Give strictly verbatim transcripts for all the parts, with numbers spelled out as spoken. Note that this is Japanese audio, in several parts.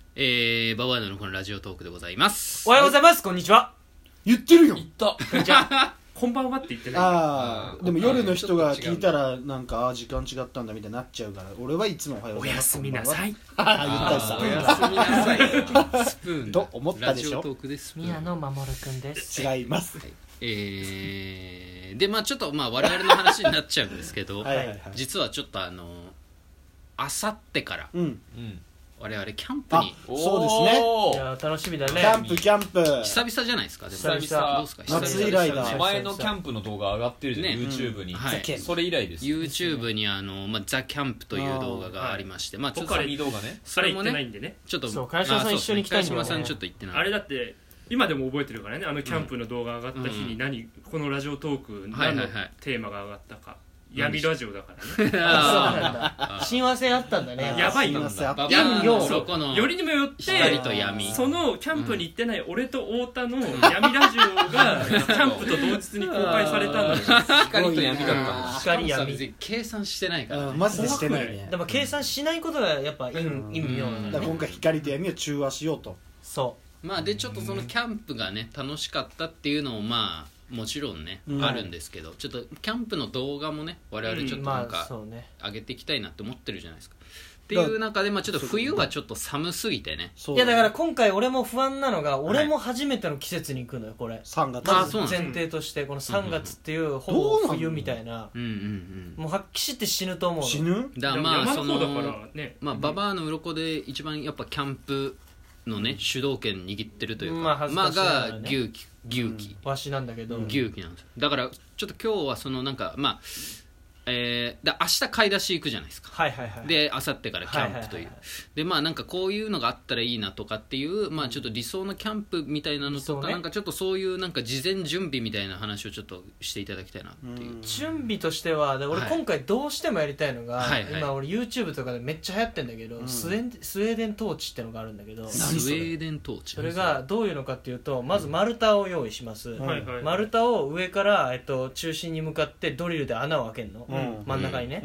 えー、ババアナのこのラジオトークでございます。 おはようございます、こんにちは。 言ってるよ。 言った。 こんにちは。こんばんはって言ってない。 ああ、でも夜の人が聞いたらなんかあ時間違ったんだみたいになっちゃうから、俺はいつもおはようございます。 おやすみなさい。 ああ、言ったさ。 おやすみなさい。スプーンと思ったでしょ。 ラジオトークでスプーン。 宮野真守くんです。 違います。 えー、でまあちょっとまあ我々の話になっちゃうんですけど、 はいはいはい、 実はちょっとあのあさってから、 うん、 我々キャンプに。 そうですね。 いや楽しみだね。 キャンプキャンプ。 久々じゃないですか。でも久々。 どうですか。 夏以来だ。 前のキャンプの動画上がってるじゃん、 ね、 YouTube に、 うんはい、 それ以来です。 YouTube にあの、まあ、ザ・キャンプという動画がありまして、まあ、 ちょっと神動画ね。 それもね、ちょっとそう茅島さん一緒に行きたいんだよね。 茅島さんちょっと行ってない。 あれだって今でも覚えてるからね、あのキャンプの動画上がった日に何、うん、このラジオトーク何のテーマが上がったか。闇ラジオだからね。 あそうなんだ。親和性あったんだね。 やばいよ。 陰陽そこのよりにもよって光と闇。 そのキャンプに行ってない俺と太田の闇ラジオがキャンプと同日に公開されたのよ。 光と闇だったの。 光闇。 計算してないから。 マジでしてないね。 でも計算しないことがやっぱ意味妙なんだね。 今回光と闇を中和しようと。 そう。 まあでちょっとそのキャンプがね楽しかったっていうのもまあ。もちろんね、うん、あるんですけど、ちょっとキャンプの動画もね我々ちょっとなんか上げていきたいなって思ってるじゃないですか。っていう中で、まあ、ちょっと冬はちょっと寒すぎてね。 いやだから今回俺も不安なのが、俺も初めての季節に行くのよこれ。 さんがつ。 まず前提としてこのさんがつっていうほぼ冬みたいな、 うんうんうん、 もう発揮して死ぬと思うの。 死ぬ？ だからまあそのね、 まあババアの鱗で一番やっぱキャンプのね主導権握ってるというか、 まあ恥ずかしいながらね、 まあが牛気牛気、 うん、わしなんだけど牛気なんです。だからちょっと今日はそのなんかまあえー、で明日買い出し行くじゃないですか。 はいはいはい。 で明後日からキャンプという、 はいはいはいはい、 でまあなんかこういうのがあったらいいなとかっていう、まあちょっと理想のキャンプみたいなのとか、ね、なんかちょっとそういうなんか事前準備みたいな話をちょっとしていただきたいなっていう。 準備としてはで俺今回どうしてもやりたいのが、はいはいはい、今俺 YouTube とかでめっちゃ流行ってんだけど、うん、スウェースウェーデントーチってのがあるんだけど、 スウェーデントーチ、 それがどういうのかっていうと、まず丸太を用意します、うん、丸太を上から、えっと、中心に向かってドリルで穴を開けるの、うん、真ん中にね、うん、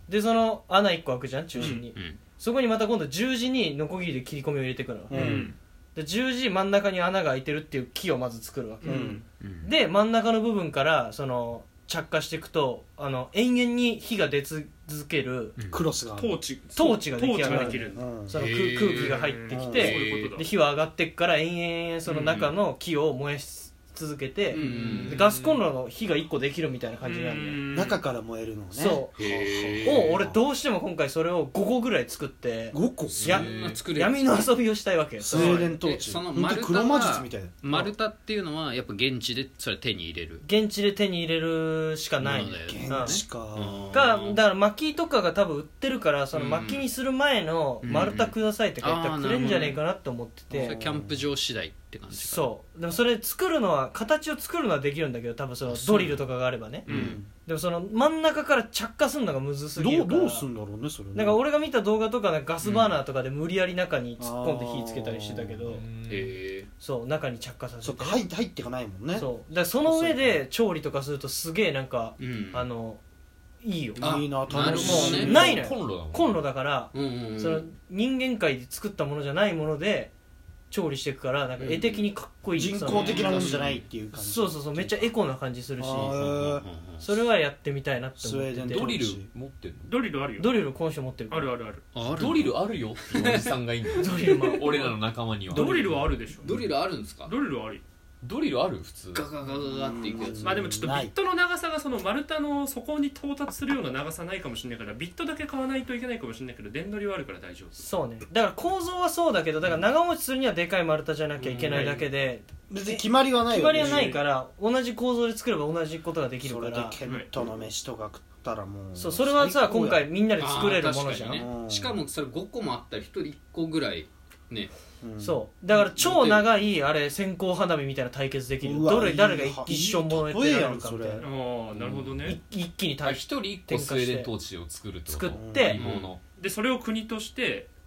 でその穴いっこ開くじゃん中心に、うんうん、そこにまた今度十字にノコギリで切り込みを入れていくの、うん、で十字真ん中に穴が開いてるっていう木をまず作るわけ、うんうん、で真ん中の部分からその着火していくとあの延々に火が出続ける、 うん、クロスがトーチトーチが出来上がる、うん、その 空, 空気が入ってきて、で火は上がっていくから延々その中の木を燃やし続けて、うん、でガスコンロの火がいっこできるみたいな感じになるんだよ。 中から燃えるのね。 そうを俺どうしても今回それをごこぐらい作ってごこや闇の遊びをしたいわけ。 スウェーデントーチ、 その丸太は丸太っていうのはやっぱ現地でそれ手に入れる、 現地で手に入れるしかないのよ。 現地か、 うん、がだから薪とかが多分売ってるから、その薪にする前の丸太くださいって書いたらくれんじゃねえかなって思ってて、 それキャンプ場次第って感じか。 そうでもそれ作るのは形を作るのはできるんだけど、多分そのドリルとかがあればね、うん、でもその真ん中から着火するのがむずすぎるから、 どう、どうすんだろうねそれね。 なんか俺が見た動画とかなんかガスバーナーとかで無理やり中に突っ込んで火つけたりしてたけど、 へそう中に着火させて、ね、 そう入って入ってかないもんね。 そうだからその上で調理とかするとすげえなんか、うん、あのいいよ。 いいな、楽しい。 もうないのよ、 コンロだもん。 コンロだから、 うんうんうん、 その人間界で作ったものじゃないもので調理していくから、なんか絵的にかっこいい、 人工的なものじゃないっていう感じ。 そうそうそう、めっちゃエコな感じするし、それはやってみたいなって思ってて。 ドリル持ってんの？ ドリルあるよ。 ドリル今週持ってるから。 あるあるある。 あるドリルあるよっておじさんがいいんだよ。 ドリル、まあ、 俺らの仲間にはドリルはあるでしょ。 ドリルあるんですか？ ドリルはあるよ。 ドリルある普通ガガガガガっていくやつ。 まあでもちょっとビットの長さがその丸太の底に到達するような長さないかもしれないから、ビットだけ買わないといけないかもしれないけど、電ドリはあるから大丈夫。 そうね、だから構造はそうだけど、だから長持ちするにはでかい丸太じゃなきゃいけないだけで、 別に決まりはないよね。 決まりはないから、同じ構造で作れば同じことができるから。 それでケントの飯とか食ったらもう、 そう、それはさ今回みんなで作れるものじゃん、 ね、しかもそれごこもあったらひとりいっこぐらいね、 うん、そうだから超長いあれ線香花火みたいな対決できる。どれ誰が一生燃えてやるかみたいな。 ああなるほどね。 一気に対一人一個スウェーデントーチを作るってこと。 作って、 でそれを国として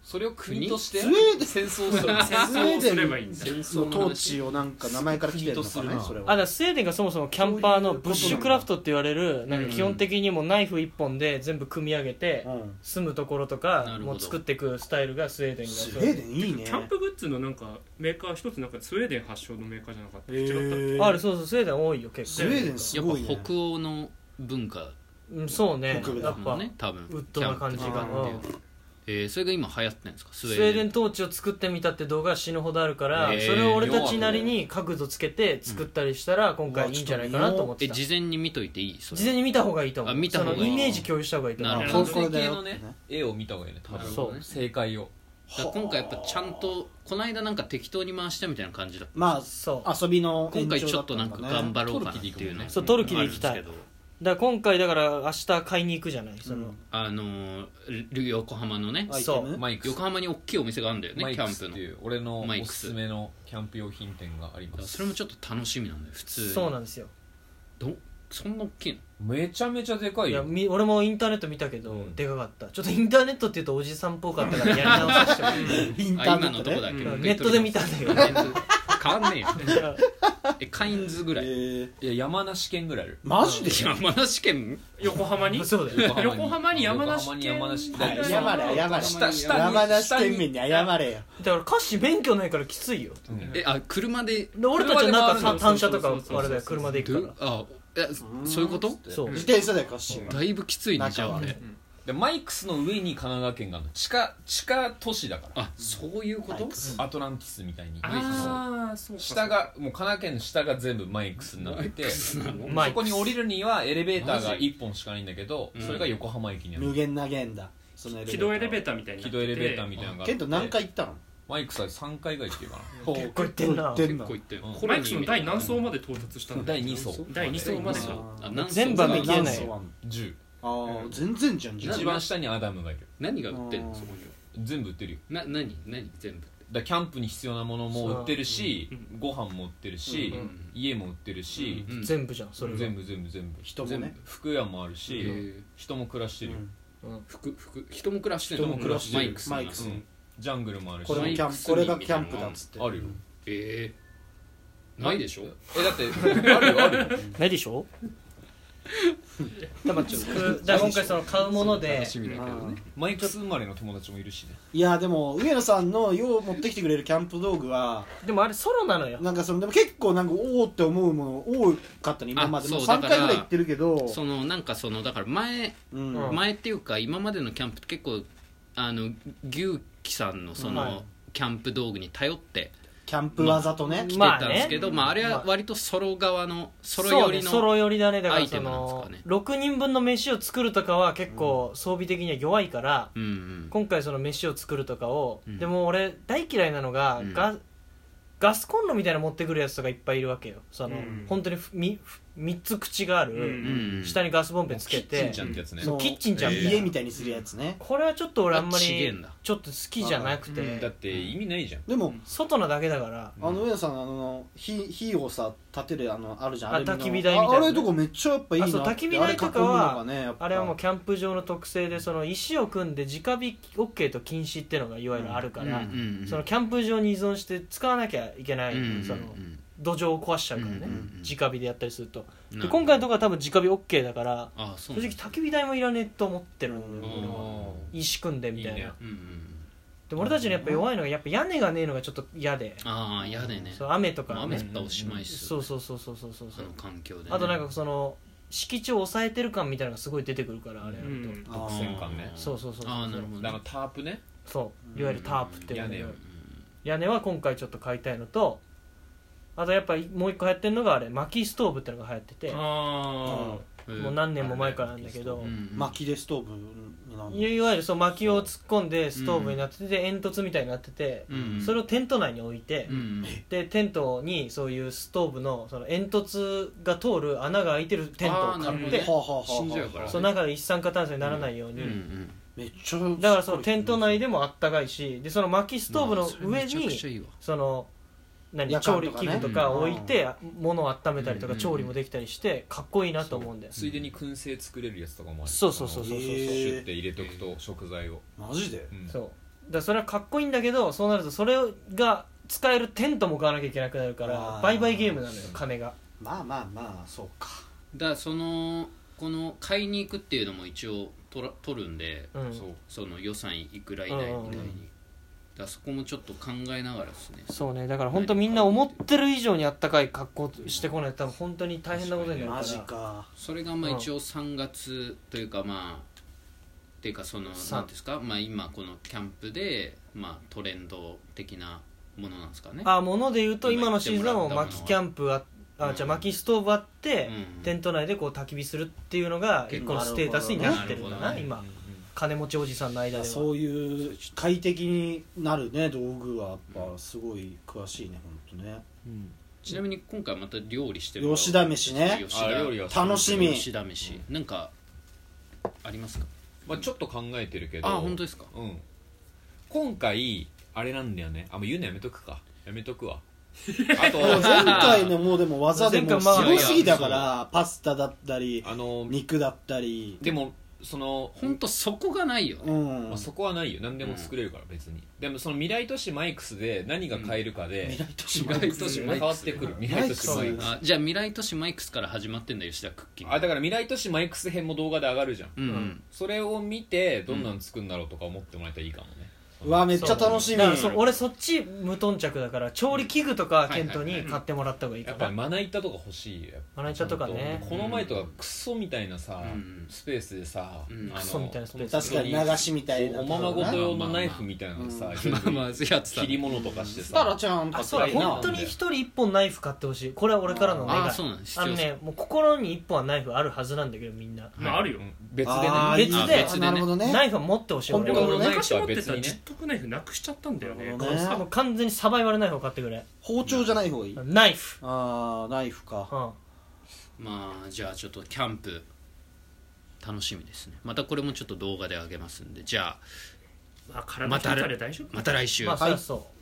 それを国としてスウェーデン戦争する戦争をすればいいんだ戦争の統治をなんか名前から来てるのかねそれは。 あだからスウェーデンがそもそもキャンパーのブッシュクラフトって言われるなんか基本的にもうナイフ一本で全部組み上げて住むところとかもう作っていくスタイルがスウェーデンがスウェーデンいいね。 キャンプグッズのなんかメーカー一つなんかスウェーデン発祥のメーカーじゃなかった、 えー、 違ったあれそうそうスウェーデン多いよ結構。 スウェーデンすごいね。 やっぱ北欧の文化、 うん、そうね北部だやっぱね多分ウッドな感じが、 えー、それが今流行ってるんですかスウェーデン。 スウェーデン統治を作ってみたって動画が死ぬほどあるから、 えーそれを俺たちなりに角度つけて作ったりしたら今回いいんじゃないかなと思ってた。 え事前に見といていいそれ事前に見た方がいいと思う。 あ見た方がいいそのイメージ共有した方がいいと思う。 なるほど完成形のね絵を見た方がいいね多分。 そう正解をだから今回やっぱちゃんとこの間なんか適当に回したみたいな感じだった。 まあそう遊びの延今回ちょっとなん長だったのかね。 か頑張ろうかなっていうね。 そうトルキで行きたいあるんですけどだから今回だから明日買いに行くじゃないその、 うんあのー横浜のねアイテムそうマイクス横浜に大きいお店があるんだよねマイキャンプのクスっていう俺のおマイクスすすめのキャンプ用品店があります。 それもちょっと楽しみなんだよ普通に。 そうなんですよ。 どそんな大きいの。 めちゃめちゃでかいいやよ。 み俺もインターネット見たけど、 うんでかかった。ちょっとインターネットって言うとおじさんっぽかったからやり直させてもらってインターネあ今ットでのとこだけ、 うんネットで見たんだけどネットで変わんねえよえカインズぐらい、 えー、 いや山梨県ぐらいある。 マジで山梨県横浜にそうだよ。 横浜に山梨県横浜に山梨はい県謝れ謝れ下下に山梨県民に謝れよ。 だから歌詞免許ないからきついよ。 うんえあ車でで俺たちはなんか車で回るの単車とかそうそうそうそうあれだよ車で行くかあえそういうことそう自転車だよカッシーは。 だいぶきついねじゃあ中は俺でマイクスの上に神奈川県があるの。地下地下都市だから。 あそういうことマイクスアトランティスみたいに。 ああそうか下がもう神奈川県の下が全部マイクスになってて、そマイクスこに降りるにはエレベーターがマジいっぽんしかないんだけど、 うんそれが横浜駅にある。 無限投げんだそのエレベーター。 軌道エレベーターみたいになってて軌道エレベーターみたいなのがあってケント何回行ったの？ マイクスはさんかいぐらい行ってるかな。 ほう結構行ってんな結構行結構行ってるうんマイクスの第何層まで到達したの？ だいに層だいに層までか。 あ何層全部は見切れない何層あんのじゅう。 ああ全然じゃんじゃん。 一番下にアダムがいる。 何が売ってんうんのそこには全部売ってるよ。 な何何全部ってだからキャンプに必要なものも売ってるし、 うんご飯も売ってるし、 うん家も売ってるし、 うん全部じゃんそれは全部全部全部人もね全部服屋もあるし、 へー人も暮らしてるよ、 うんうん服服人も暮らしてるの人も暮らしてるマイクスマイクスうんジャングルもあるしこれもキャンプマイクスこれがキャンプだっつってあるよえー、ないでしょえだってあるよあるよないでしょだからつくだから今回その買うもので楽しみだけどねマイクス生まれの友達もいるしね。 いやでも上野さんのよう持ってきてくれるキャンプ道具はでもあれソロなのよなんかそのでも結構なんかおおって思うもの多かったね今まであそうもうさんかいだからぐらい行ってるけどそのなんかそのだから前うんうん前っていうか今までのキャンプって結構あの牛木さんのその、 はいキャンプ道具に頼ってキャンプ技とね来てまあたんですけど、まああれは割とソロ側のソロ寄りそうねソのロ寄りだねだからそアイテムなんですのかねろくにんぶんの飯を作るとかは結構装備的には弱いから、 うんうん今回その飯を作るとかを、 うんでも俺大嫌いなのが、 うんガガスコンロみたいなの持ってくるやつとかいっぱいいるわけよその、 うん本当にふみふみっつ口がある、 うんうん下にガスボンベつけキッチンてちゃんってやつね。 そうキッチンちゃんみたいな家みたいにするやつねこれはちょっと俺あんまあちげえりんだちょっと好きじゃなくて、 うんだって意味ないじゃん。 でも外のだけだからあの上野さんあの火火をさ立てるあのあるじゃんああれの焚き火台みたいなああれとかめっちゃやっぱいいなってあそう焚き火台とかはあれ囲むのがねやっぱあれはもうキャンプ場の特性でその石を組んで直火 OK と禁止っていうのがいわゆるあるから、 うんうんうんそのキャンプ場に依存して使わなきゃいけない、 うんうんうんその土壌を壊しちゃうからね、 うんうんうん直火でやったりするとでなるほど今回のところは多分直火 OK だからあそう正直焚き火台もいらねえと思ってるんだよ、 うん俺は石組んでみたいな、 いいねうんうんでも俺たちのやっぱ弱いのがやっぱ屋根がねえのがちょっと嫌で、 ああ嫌でねそう雨とか、ね、 雨降ったらおしまいっすそうそうそうそうそうそうあの環境でねあとなんかその敷地を抑えてる感みたいなのがすごい出てくるからあれやると、 うんあー独占感ね。 そうそうそうそうああなるほどあのタープね。 そういわゆるタープっていうの屋根を屋根は今回ちょっと買いたいのとあとやっぱもう一個流行ってるのがあれ薪ストーブってのが流行っててあうんもう何年も前からなんだけど、 うん薪でストーブになるのいわゆるそう薪を突っ込んでストーブになってて、で煙突みたいになってて、 うんそれをテント内に置いて、 うんでテントにそういうストーブのその煙突が通る穴が開いてるテントをあーなるほどね買ってはあはあはあ死んじゃうからその中で一酸化炭素にならないように、 うんうんめっちゃだからそのテント内でもあったかいしでその薪ストーブのまあそれ上めちゃくにちゃいいわその何夜間とかね調理器具とか置いて物を温めたりとかうん調理もできたりしてかっこいいなと思うんだよついでに燻製作れるやつとかもある。 そうそうそうそうそうへーシュッて入れとくと食材を。 マジでうんそうらそれはかっこいいんだけど、そうなるとそれが使えるテントも買わなきゃいけなくなるから売買ゲームなのよ金が。 まあまあまあそうか。 だからそのこの買いに行くっていうのも一応取ら取るんで、うん、そうその予算いくら以内みたいに、うんうん、だからそこもちょっと考えながらですね。 そうね、だから本当みんな思ってる以上にあったかい格好してこないと多分本当に大変なことになるから。 マジか。 それがまあ一応さんがつというかまあっていうかその何ですか、まあ今このキャンプでまあトレンド的なものなんですかね。 あ、もので言うと今のシーズンはもう薪キャンプああ、じゃあ薪ストーブあって、うん、テント内でこう焚き火するっていうのが一個のステータスになってるんだな、ね、今、うん、金持ちおじさんの間では。 そういう快適になるね道具はやっぱすごい詳しいね本当ね、 うん、ちなみに今回また料理してる吉田飯ね。 吉田料理楽しみ。 吉田飯なんかありますか？ まあ、ちょっと考えてるけど。 あ、本当ですか？ うん。今回あれなんだよね。あ、もう言うのやめとくか。やめとくわ。 あと前回のもうでも技でもすごすぎだからパスタだったりあの肉だったり。 でもその本当そこがないよね、 うんまあ、そこはないよ。何でも作れるから別に、うん、でもその未来都市マイクスで何が買えるかで、 うん、未来都市マイクス変わってくる。未来都市マイクス。 あ、じゃあ未来都市マイクスから始まってんだ吉田クッキング。 あ、だから未来都市マイクス編も動画で上がるじゃん、うんうん、それを見てどんなん作るんだろうとか思ってもらえたらいいかもね。 うわめっちゃ楽しみ。 そ俺そっち無頓着だから調理器具とかケントに買ってもらった方がいいかな。 やっぱりまな板とか欲しいよ。 まな板とかね。 この前とかクソみたいなさ、うん、スペースでさ、 うん、クソみたいなスペース。 確かに流しみたいなおままごと用のナイフみたいなのさ、まあまあ切り物とかしてさ。 タラちゃんあ、そうだ、本当に一人一本ナイフ買ってほしい。これは俺からの願い。 あ、そうなんです。 あのね、もう心に一本はナイフあるはずなんだけどみんな。 まああるよ。 別でね。 別で別でね。ナイフは持ってほしい。 本当の昔持ってた十徳ナイフなくしちゃったんだよね。 もう完全にサバイバルナイフを買ってくれ。 包丁じゃない方がいい。 ナイフ。 ああナイフか、 うん、まあじゃあちょっとキャンプ楽しみですね。またこれもちょっと動画で上げますんで、じゃあまあ体鍛えたら大丈夫。 また来週。 まあそうそう。